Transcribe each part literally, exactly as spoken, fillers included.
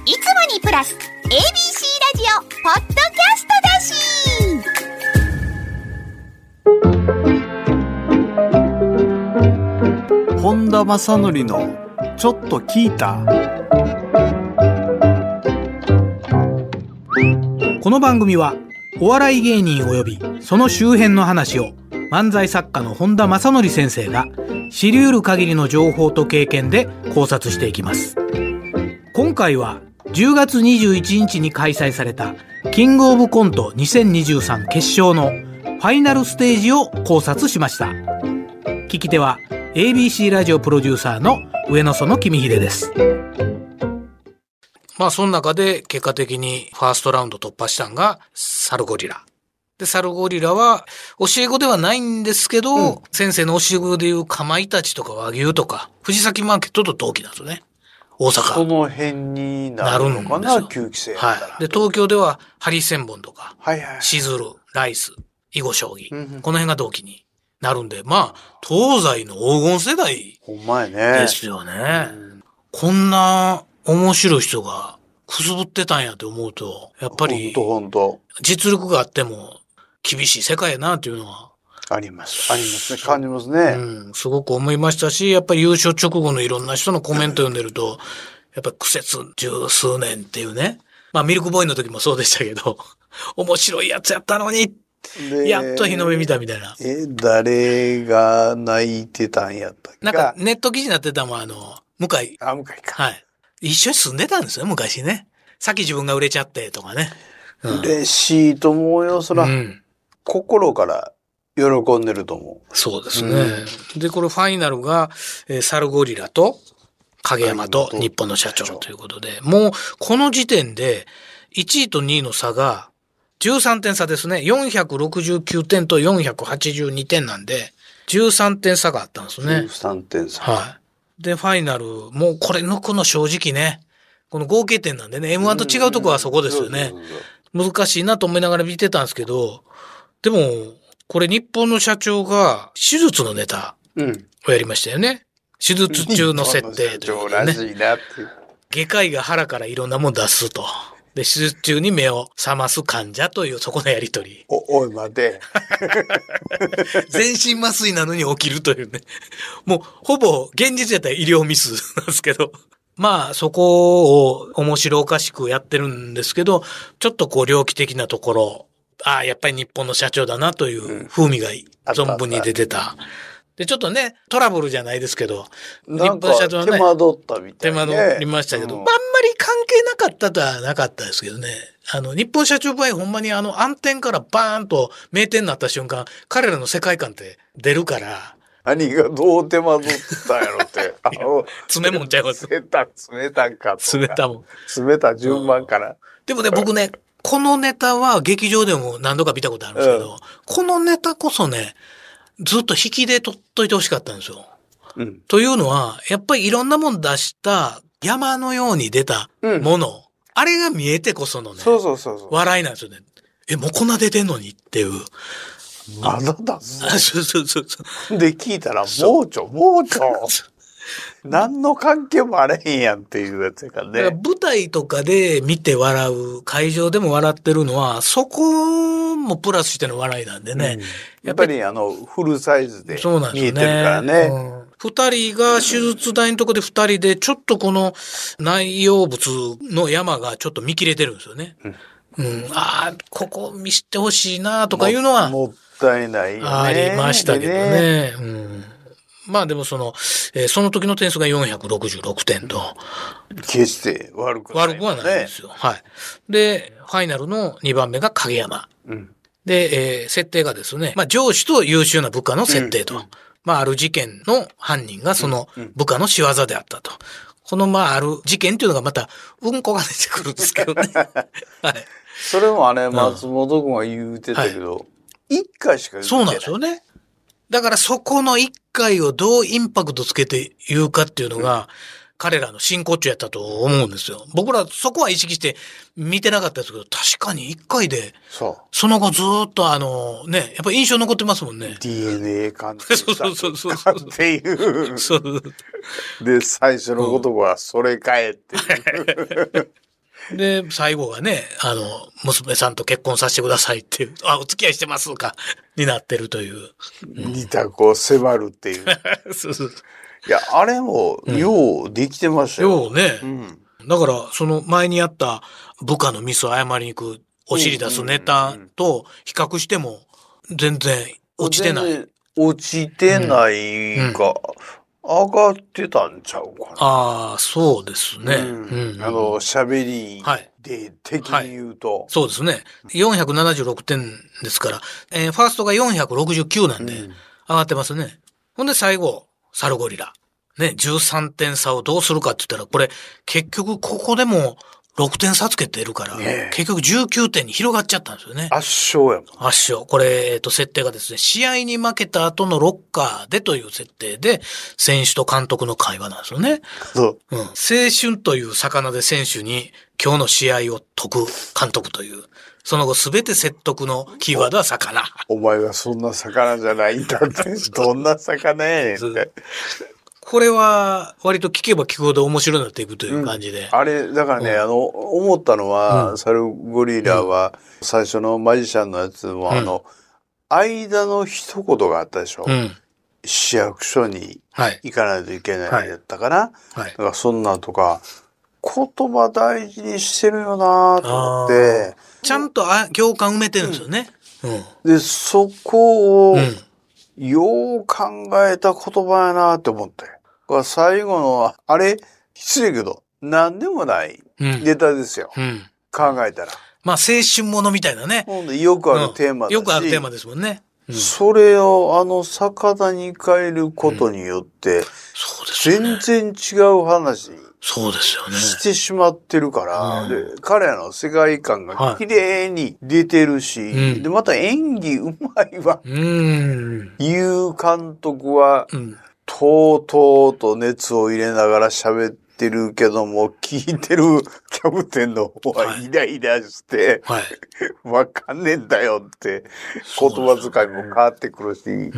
いつもにプラス エービーシー ラジオポッドキャストだし。本田正則のちょっと聞いた。この番組はお笑い芸人及びその周辺の話を漫才作家の本田正則先生が知り得る限りの情報と経験で考察していきます。今回はじゅうがつにじゅういちにちに開催されたキングオブコントにせんにじゅうさん決勝のファイナルステージを考察しました。聞き手は エービーシー ラジオプロデューサーの上野園公秀です。まあその中で結果的にファーストラウンド突破したのがサルゴリラで、サルゴリラは教え子ではないんですけど、うん、先生の教え子でいうかまいたちとか和牛とか藤崎マーケットと同期なんですよね。大阪。 その辺になるのかな、きゅうき生やったら。 はい。で、東京ではハリセンボンとか、 はいはい、 シズル、ライス、囲碁将棋、うんうん、この辺が同期になるんで、まあ、東西の黄金世代ですよね。うん、こんな面白い人がくすぶってたんやって思うと、やっぱり、 ほんとほんと実力があっても厳しい世界やなっていうのは、 あります。ありますね。感じますね。 うん。すごく思いましたし、やっぱり優勝直後のいろんな人のコメント読んでると、やっぱり苦節十数年っていうね。まあミルクボーイの時もそうでしたけど、面白いやつやったのに、やっと日の目見たみたいな。 え、誰が泣いてたんやったっけ？ なんかネット記事になってたのはあの、向井。 あ、向井か。 はい。一緒に住んでたんですよ、昔ね。さっき自分が売れちゃってとかね。 うん、嬉しいと思うよ、そら。うん、心から喜んでると思う。そうですね。うん、で、これファイナルが、えー、サルゴリラと影山と日本の社長ということで、もうこの時点でいちいとにいの差がじゅうさんてん差ですね。よんひゃくろくじゅうきゅうてんとよんひゃくはちじゅうにてんなんで、じゅうさんてん差があったんですね。 じゅうさんてん差。 はい。で、ファイナル、もうこれ抜くの正直ね、この合計点なんでね、エムワン と違うとこはそこですよね。難しいなと思いながら見てたんですけど、でも、これ日本の社長が手術のネタをやりましたよね。うん、手術中の設定ということでね。 らしいなって。 外科医が腹からいろんなもん出すと。で、手術中に目を覚ます患者というそこのやりとり。 お、おい待て。 全身麻酔なのに起きるというね。もうほぼ現実やったら医療ミスなんですけど。まあそこを面白おかしくやってるんですけど、ちょっとこう猟奇的なところ、ああ、やっぱり日本の社長だなという風味が存分に出てた。で、ちょっとね、トラブルじゃないですけど、 日本の社長はね、手間取ったみたいな、ね。 手間取りましたけど、うん、あんまり関係なかったとはなかったですけどね。あの、日本社長場合ほんまにあの暗転からバーンと名店になった瞬間、彼らの世界観って出るから、 何がどう手間取ったんやろって。あの、 詰めもんちゃいます。 詰めた、詰めたんかとか。 詰めたもん。 詰めた順番から。うん、 でもね、僕ね、このネタは劇場でも何度か見たことあるんですけど、うん、このネタこそね、ずっと引きで取っといてほしかったんですよ。うん、というのは、やっぱりいろんなもん出した山のように出たもの、うん、あれが見えてこそのね、 そうそうそうそう、 笑いなんですよね。え、もうこんな出てんのにっていう。 まだだぞ。 そうそうそうそう。 で、聞いたら、もうちょ、もうちょ。何の関係もあれへんやんっていうやつやからね。 だから舞台とかで見て笑う、会場でも笑ってるのは、そこもプラスしての笑いなんでね。 うん、やっぱりあの、フルサイズで見えてるからね。 二、うん、人が手術台のとこで二人で、ちょっとこの内容物の山がちょっと見切れてるんですよね。うん。うん、ああ、ここ見せてほしいなとかいうのはも。もったいないよね。 ありましたけどね。うん、まあでもその、えー、その時の点数がよんひゃくろくじゅうろくてんと。 決して悪くない、ね。 悪くはないですよ。はい。で、ファイナルのにばんめが影山。うん、で、えー、設定がですね、まあ上司と優秀な部下の設定と。うんうん、まあある事件の犯人がその部下の仕業であったと。このまあある事件っていうのがまたうんこが出てくるんですけどね。はい。 それもあれ、松本君が言うてたけど、はい、一回しか言ってない。 そうなんですよね。だからそこの一回をどうインパクトつけて言うかっていうのが、うん、彼らの真骨頂やったと思うんですよ。僕らそこは意識して見てなかったですけど、確かに一回で、そう。その後ずーっとあの、ね、やっぱり印象残ってますもんね。 ディーエヌエー 鑑定そうそうそうそう。 っていう。 そう。 で、最初の言葉はそれかえっていう。 で、最後がね、あの、娘さんと結婚させてくださいっていう、あ、お付き合いしてますか、になってるという。 二択を迫るっていう。 そうそう。 いや、あれも、ようできてましたよ。 ようね。 うん。 だから、その前にやった部下のミスを謝りに行く、お尻出すネタと比較しても、全然落ちてない。 落ちてないか、上がってたんちゃうかな。 ああ、そうですね。 うんうん、あの、喋りで的に言うと、 はいはい。そうですね。よんひゃくななじゅうろくてんですから、えー、ファーストがよんひゃくろくじゅうきゅうなんで、上がってますね。うん、ほんで最後、サルゴリラ。ね、じゅうさんてん差をどうするかって言ったら、これ、結局ここでもろくてん差つけてるから、ね、結局じゅうきゅうてんに広がっちゃったんですよね。 圧勝やもん。 圧勝。これ、えっと、設定がですね、試合に負けた後のロッカーでという設定で、選手と監督の会話なんですよね。 そう。 うん。青春という魚で選手に今日の試合を解く監督という。その後すべて説得のキーワードは魚。 お前はそんな魚じゃないんだって。どんな魚やねんって。 これは割と聞けば聞くほど面白くなっていくという感じで。 うん、あれ、だからね、うん、あの、思ったのは、うん、サルゴリラは、最初のマジシャンのやつも、うん、あの、間の一言があったでしょ。うん、市役所に行かないといけないやったかな。はいはい、だからそんなんとか、言葉大事にしてるよなと思って。 ちゃんと行間埋めてるんですよね。 うん、で、そこを、よう考えた言葉やなって思って。最後の、あれ、失礼けど、なんでもないネタですよ。うんうん、考えたら。 まあ、青春ものみたいなね。 よくあるテーマだし、 うん。よくあるテーマですもんね。 うん、それをあの魚に変えることによって、うんそうですね、全然違う話そうですよね。 してしまってるから、で彼らの世界観が綺麗に出てるし、はい、でまた演技うまいわ。うん、いう監督は、うんとうとうと熱を入れながら喋ってるけども、聞いてるキャプテンの方はイライラして、はい、わかんねえんだよって、言葉遣いも変わってくるし、うん、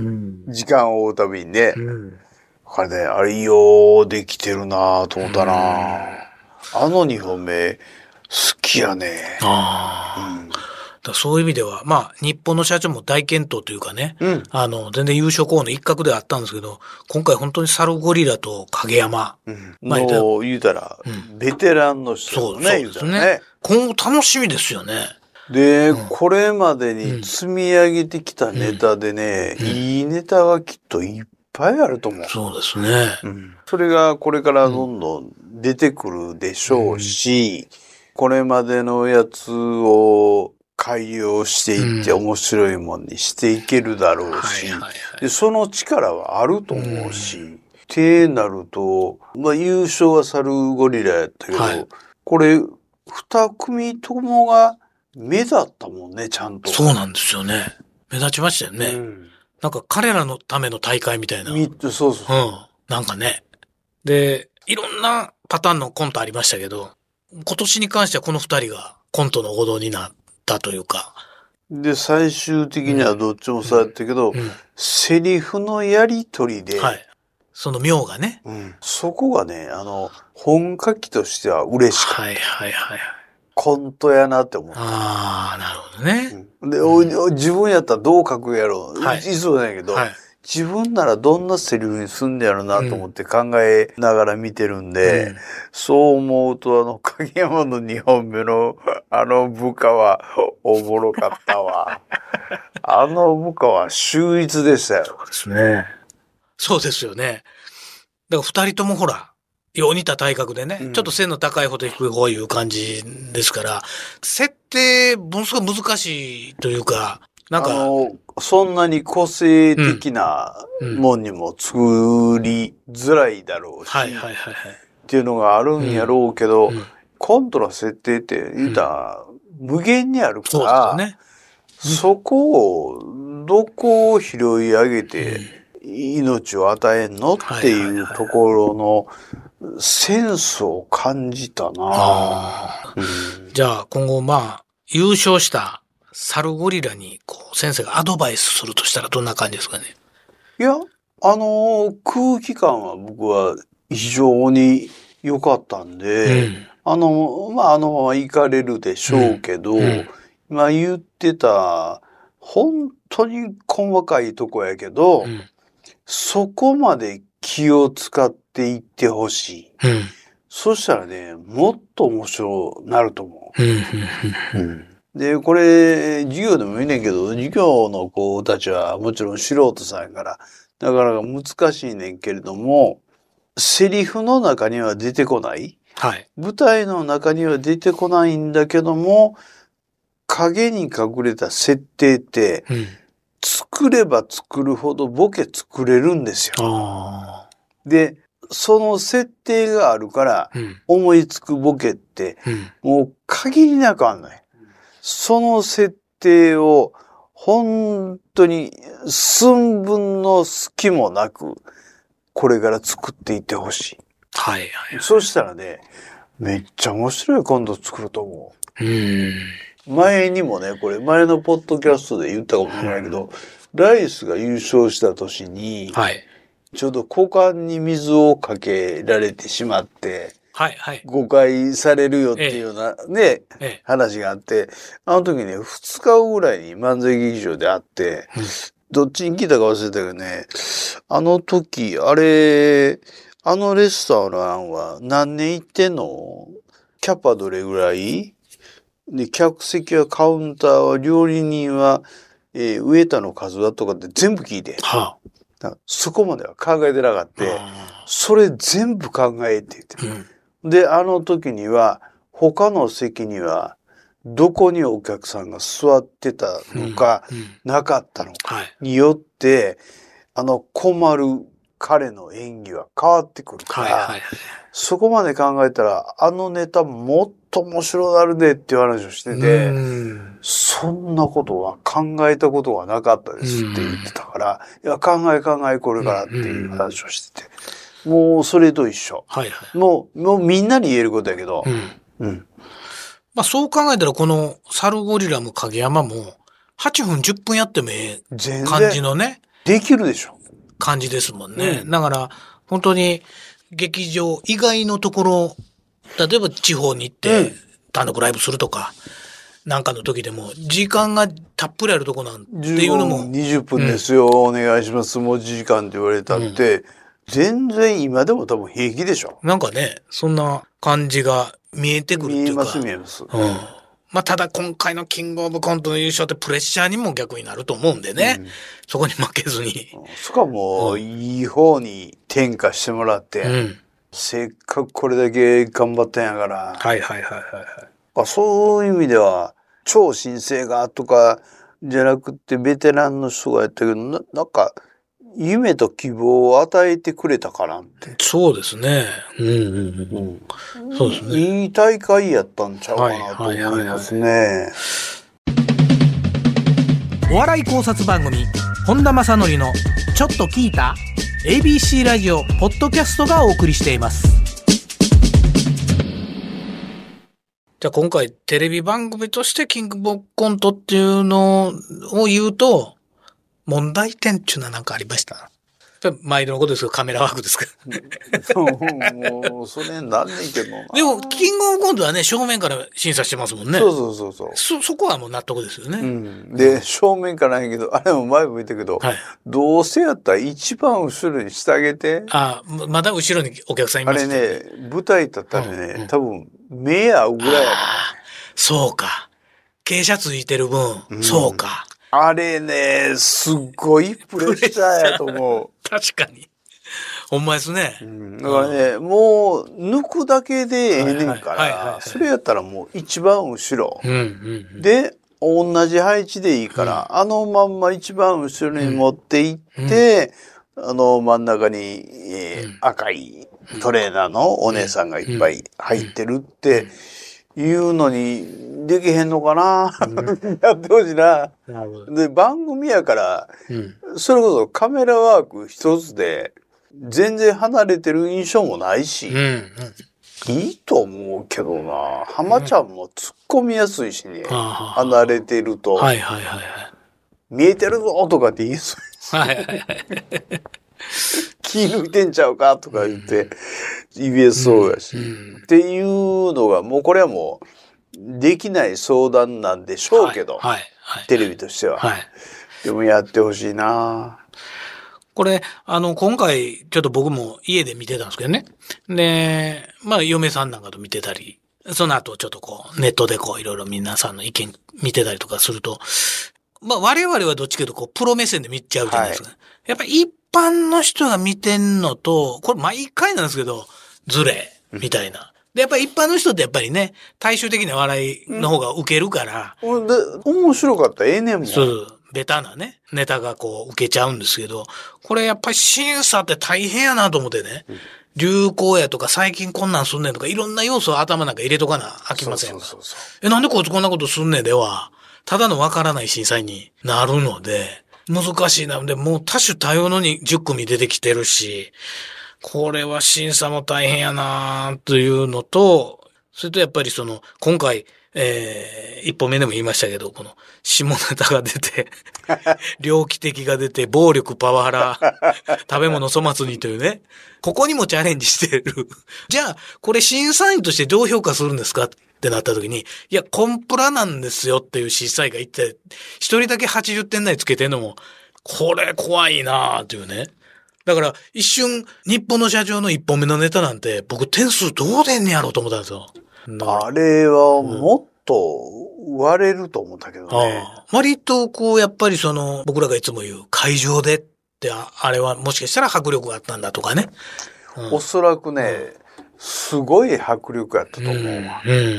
時間を追うたびにね、うん、あれね、あれようできてるなぁと思ったなぁ、うん、あのにほんめ、好きやね。あうんだそういう意味では、まあ、日本の社長も大健闘というかね、うん、あの、全然優勝候補の一角ではあったんですけど、今回本当にサルゴリラと影山。 うん、まあ、の言うたら、うん、ベテランの人ね、 そうですね。ね今後楽しみですよね。 で、うん、これまでに積み上げてきたネタでね、うん、いいネタがきっといっぱいあると思う。 そうですね。 うん、それがこれからどんどん出てくるでしょうし、うん、これまでのやつを、改良していって面白いもんにしていけるだろうし、でその力はあると思うし、うん、ってなると、まあ優勝はサルゴリラやったけど、はい、これ二組ともが目立ったもんね、ちゃんと。 そうなんですよね。目立ちましたよね。うん、なんか彼らのための大会みたいな。 そうそう。うん。 なんかね。で、いろんなパターンのコントありましたけど、今年に関してはこの二人がコントの王道になって、だというか。 で、最終的にはどっちもそうやったけど、うんうん、セリフのやりとりで、はい。 その妙がね、 うん。そこがね、あの、本書きとしては嬉しかった。 はいはいはい。 コントやなって思った。 ああ、なるほどね。 うん、で、うん、自分やったらどう書くやろう。はい。いつもないけど、はい。自分ならどんなセリフにすんねやろなと思って考えながら見てるんで、うん、そう思うとあの影山のにほんめのあの部下はおもろかったわ。あの部下は秀逸でしたよ。 そうですね。そうですよね。だから二人ともほら、よう似た体格でね、うん、ちょっと背の高い方と低い方いう感じですから、設定ものすごい難しいというか、なんか、あの、 そんなに個性的なもんにも作りづらいだろうし、 はいはいはいはい。 っていうのがあるんやろうけど、うんうん、コントの設定って言うたら無限にあるから、うん、そうですね、そこを、どこを拾い上げて命を与えんのっていうところのセンスを感じたな、 あ、うん、じゃあ今後まあ優勝したサルゴリラにこう先生がアドバイスするとしたらどんな感じですかね。 いや、あの空気感は僕は非常に良かったんで、 あの、まあ、あのまま行かれるでしょうけど、うんうん、今言ってた、本当に細かいとこやけど、うん、そこまで気を使っていってほしい、うん。そしたらね、もっと面白くなると思う。うん、で、これ、授業でもいいねんけど、授業の子たちはもちろん素人さんやから、なかなか難しいねんけれども、セリフの中には出てこない。はい。舞台の中には出てこないんだけども、影に隠れた設定って、うん、作れば作るほどボケ作れるんですよ。あで、その設定があるから、思いつくボケって、うん、もう限りなくあんない。その設定を本当に寸分の隙もなく、これから作っていってほしい。はいはい、はい。そうしたらね、めっちゃ面白いコント作ると思う。うん前にもね、これ前のポッドキャストで言ったかもしれないけど、ライスが優勝した年に、はい、ちょうど股間に水をかけられてしまって、はいはい、誤解されるよっていうようなね、ええ、話があって、あの時ね、二日後ぐらいに漫才劇場で会って、うん、どっちに来たか忘れたけどね、あの時、あれ、あのレストランは何年行ってんの？キャパどれぐらい？で、客席はカウンターは料理人は、えー、ウェイターの数はとかって全部聞いて。はあ、そこまでは考えてなかった。それ全部考えて言ってる、うん。で、あの時には他の席にはどこにお客さんが座ってたのか、うんうん、なかったのかによって、あの困る彼の演技は変わってくるから、はいはいはい、そこまで考えたらあのネタもっと面白なるでっていう話をしてて、そんなことは考えたことがなかったですって言ってたから、いや考え考えこれからっていう話をしてて、もうそれと一緒。はいはい、もう、もうみんなに言えることやけど、うん。うん、 まあそう考えたらこのサルゴリラム影山もはっぷんじゅっぷんやってもええ感じのね。 できるでしょ。 感じですもんね。うん、だから本当に劇場以外のところ、例えば地方に行って単独ライブするとか、なんかの時でも時間がたっぷりあるとこなんていうのも。 にじゅっぷんですよ、うん、お願いします。もういちじかんって言われたって、うん、全然今でも多分平気でしょ。 なんかね、そんな感じが見えてくるっていうか。 見えます見えます。うん。 まあただ今回のキングオブコントの優勝ってプレッシャーにも逆になると思うんでね。うん、そこに負けずに。 しかも、うん、いい方に転嫁してもらって、うん、せっかくこれだけ頑張ったんやから。はいはいはいはい、はい。そういう意味では、超新星がとかじゃなくてベテランの人がやったけど、な、なんか、夢と希望を与えてくれたかなって。 そうですね。うんうんうん。うん、そうですね。 いい大会やったんちゃうかなと思いますね。 お笑い考察番組、本田正則のちょっと聞いた エービーシー ラジオポッドキャストがお送りしています。じゃあ今回テレビ番組としてキングオブコントっていうのを言うと、問題点っていうのは何かありました？毎度のことですけど、カメラワークですか？ もう、それなんねんけどな。 でも、キングオブコントはね、正面から審査してますもんね。 そうそうそうそう。 そ、そこはもう納得ですよね。うん。で、正面からやけど、あれも前も言ったけど、はい、どうせやったら一番後ろにしてあげて。 ああ、まだ後ろにお客さんいますね。あれね、舞台だったらね、うんうん、多分、目合うぐらいやからね。 そうか。傾斜ついてる分、うん、そうか。 あれね、すっごいプレッシャーやと思う。 確かに。ほんまですね。 うん、だからね、うん、もう抜くだけでええねんから、それやったらもう一番後ろ。うんうんうん、で、同じ配置でいいから、うん、あのまんま一番後ろに持っていって、うん、あの真ん中に、えーうん、赤いトレーナーのお姉さんがいっぱい入ってるっていうのにできへんのかな、うん、やってほしいな。なるほど。で、番組やから、うん、それこそカメラワーク一つで全然離れてる印象もないし、うんうん、いいと思うけどな。浜ちゃんも突っ込みやすいしね、うん、離れてると、はいはいはいはい、見えてるぞとかって言いそうです。はいはいはい、気抜いてんちゃうかとか言って言えそうやし、うんうん、っていういうのが、もうこれはもう、できない相談なんでしょうけど、 はいはいはい、 テレビとしては。 はい、 でもやってほしいな。 これ、あの、今回、ちょっと僕も家で見てたんですけどね。で、まあ、嫁さんなんかと見てたり、その後ちょっとこう、ネットでこう、いろいろ皆さんの意見見てたりとかすると、まあ、我々はどっちかというと、こう、プロ目線で見ちゃうじゃないですか。はい、やっぱり一般の人が見てんのと、これ毎回なんですけど、ズレ、みたいな。で、やっぱり一般の人ってやっぱりね、大衆的な笑いの方が受けるから。 うん、で面白かったらええねんもん。 そう。ベタなね、ネタがこう受けちゃうんですけど、これやっぱり審査って大変やなと思ってね。うん、流行やとか最近こんなんすんねんとかいろんな要素を頭なんか入れとかな飽きませんか。そうそうそうそう。え、なんでこいつこんなことすんねんでは、ただのわからない審査員になるので、難しいな。で、もう多種多様のにじゅっ組出てきてるし、これは審査も大変やなというのと、それとやっぱりその、今回、えー、一歩目でも言いましたけど、この、下ネタが出て、猟奇的が出て、暴力、パワハラ、食べ物粗末にというね、ここにもチャレンジしてる。じゃあ、これ審査員としてどう評価するんですかってなった時に、いや、コンプラなんですよっていう審査員が言って、一人だけはちじゅってん台つけてんのも、これ怖いなーっていうね。だから、一瞬、日本の社長の一本目のネタなんて、僕点数どう出んねやろうと思ったんですよ。 あれはもっと割れると思ったけどね。 ああ、割とこうやっぱりその僕らがいつも言う会場でってあれはもしかしたら迫力があったんだとかね。 うん、おそらくね、うん、すごい迫力やったと思うわ。うんうん、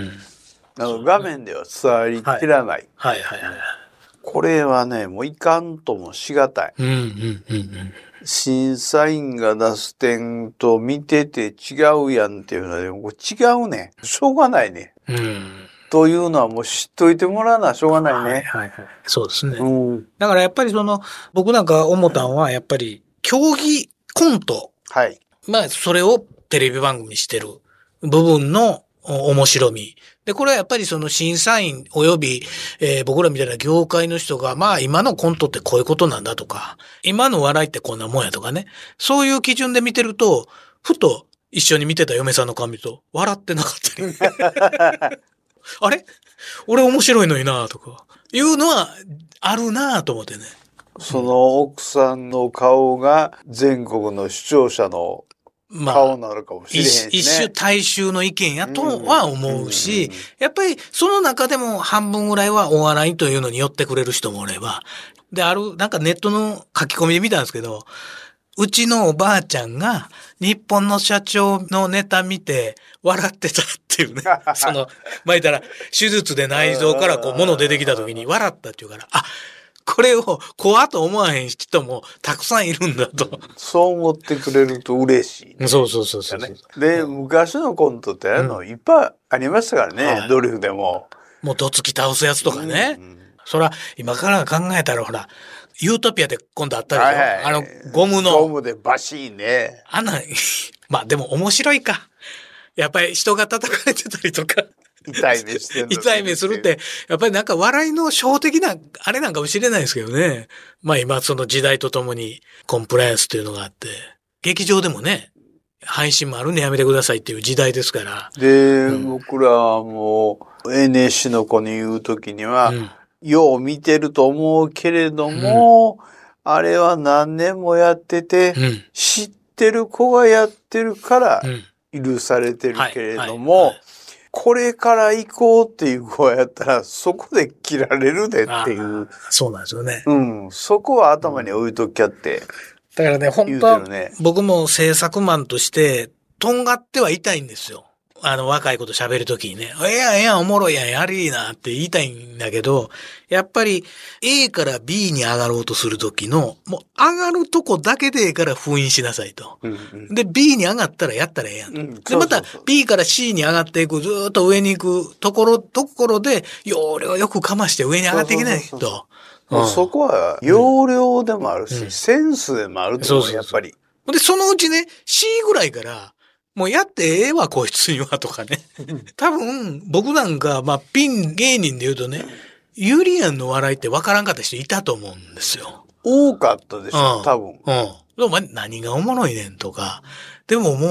なんか画面では伝わりきらない。 はい、はいはいはい。 これはね、もういかんともしがたい。 うんうんうんうん、 審査員が出す点と見てて違うやんっていうので、もう違うね。しょうがないね。うん、というのはもう知っといてもらうのはしょうがないね。はいはいはい。 そうですね。うん、だからやっぱりその、僕なんか思ったんは、やっぱり競技コント。はい。まあ、それをテレビ番組にしてる部分の面白み。で、これはやっぱりその審査員及び、えー、僕らみたいな業界の人が、まあ今のコントってこういうことなんだとか、今の笑いってこんなもんやとかね。そういう基準で見てると、ふと一緒に見てた嫁さんの顔見ると、笑ってなかったり。あれ俺面白いのになとか、いうのはあるなと思ってね。 その奥さんの顔が全国の視聴者の顔なのかもしれへんしね。 一種大衆の意見やとは思うし、やっぱりその中でも半分ぐらいはお笑いというのに寄ってくれる人もおれば、で、ある、なんかネットの書き込みで見たんですけど、うちのおばあちゃんが日本の社長のネタ見て笑ってたっていうね。その、まあ、言ったら手術で内臓からこう物出てきた時に笑ったっていうから、あ、これを怖と思わへん人もたくさんいるんだと。 そう思ってくれると嬉しい。 そうそうそうそう、ね。 で、昔のコントってあの、うん、いっぱいありましたからね、はい、ドリフでも。 もうどつき倒すやつとかね。うんうん、そら、今から考えたらほら、ユートピアで今度あったでしょ、はいはい、あの、ゴムの。 ゴムでバシーンね。 あんな、まあでも面白いか。やっぱり人が叩かれてたりとか。 痛い目してんの。 痛い目するって、やっぱりなんか笑いの小的な、あれなんかもしれないですけどね。まあ今その時代とともにコンプライアンスっていうのがあって、劇場でもね、配信もあるんでやめてくださいっていう時代ですから。 で、うん、僕らはもう エヌエスシー の子に言うときには、うん、よう見てると思うけれども、うん、あれは何年もやってて、うん、知ってる子がやってるから許されてるけれども、はいはいはい、これから行こうっていう子やったら、そこで切られるでっていう。 そうなんですよね。 うん。そこは頭に置いときゃって、ね。 だからね、本当は僕も制作マンとして、とんがってはいたいんですよ。あの、若い子と喋るときにね、ええやん、ええやん、おもろいやん、やりーなって言いたいんだけど、やっぱり A から B に上がろうとするときの、もう上がるとこだけでええから封印しなさいと。うんうん、で、B に上がったらやったらええやん。うん、で、また B から C に上がっていく、ずーっと上に行くところ、ところで、要領よくかまして上に上がっていけないと。 そこは、要領でもあるし、うん、センスでもあると思う、やっぱり。 で、そのうちね、C ぐらいから、もうやってええわ、こいつには、とかね。多分、僕なんか、まあ、ピン芸人で言うとね、ユリアンの笑いって分からんかった人いたと思うんですよ。 多かったでしょ、うん、多分。うん。 でも、何がおもろいねんとか。でももう、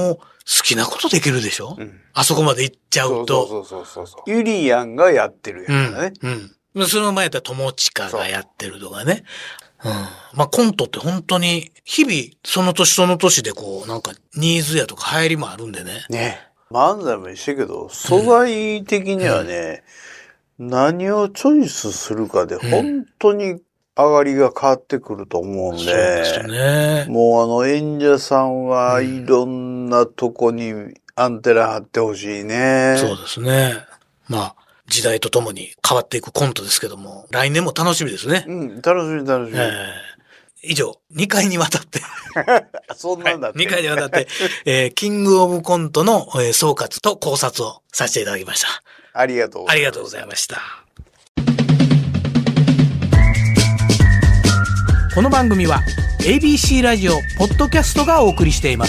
きなことできるでしょ、うん、あそこまで行っちゃうと。 そうそうそうそう。ゆりやんがやってるやんね。 うん。うん。その前やったら友近がやってるとかね。うん。まあコントって本当に日々その年その年でこうなんかニーズやとか流行りもあるんでね。 ね。漫才もしてけど、素材的にはね、うん、何をチョイスするかで本当に上がりが変わってくると思うんで、そうですね、 もうあの演者さんはいろんなとこにアンテナ張ってほしいね、 うん。そうですね。まあ、時代とともに変わっていくコントですけども、来年も楽しみですね。 うん、楽しみ楽しみ。えー、 以上、にかいにわたって。 そんなんだって。 はい、にかいにわたって、えー、キングオブコントの、えー、総括と考察をさせていただきました。 ありがとうございました。 ありがとうございました。この番組は エービーシー ラジオポッドキャストがお送りしています。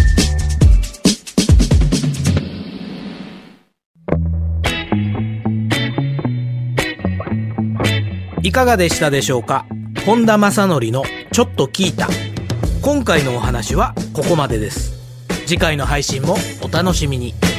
いかがでしたでしょうか。本田正則のちょっと聞いた。今回のお話はここまでです。次回の配信もお楽しみに。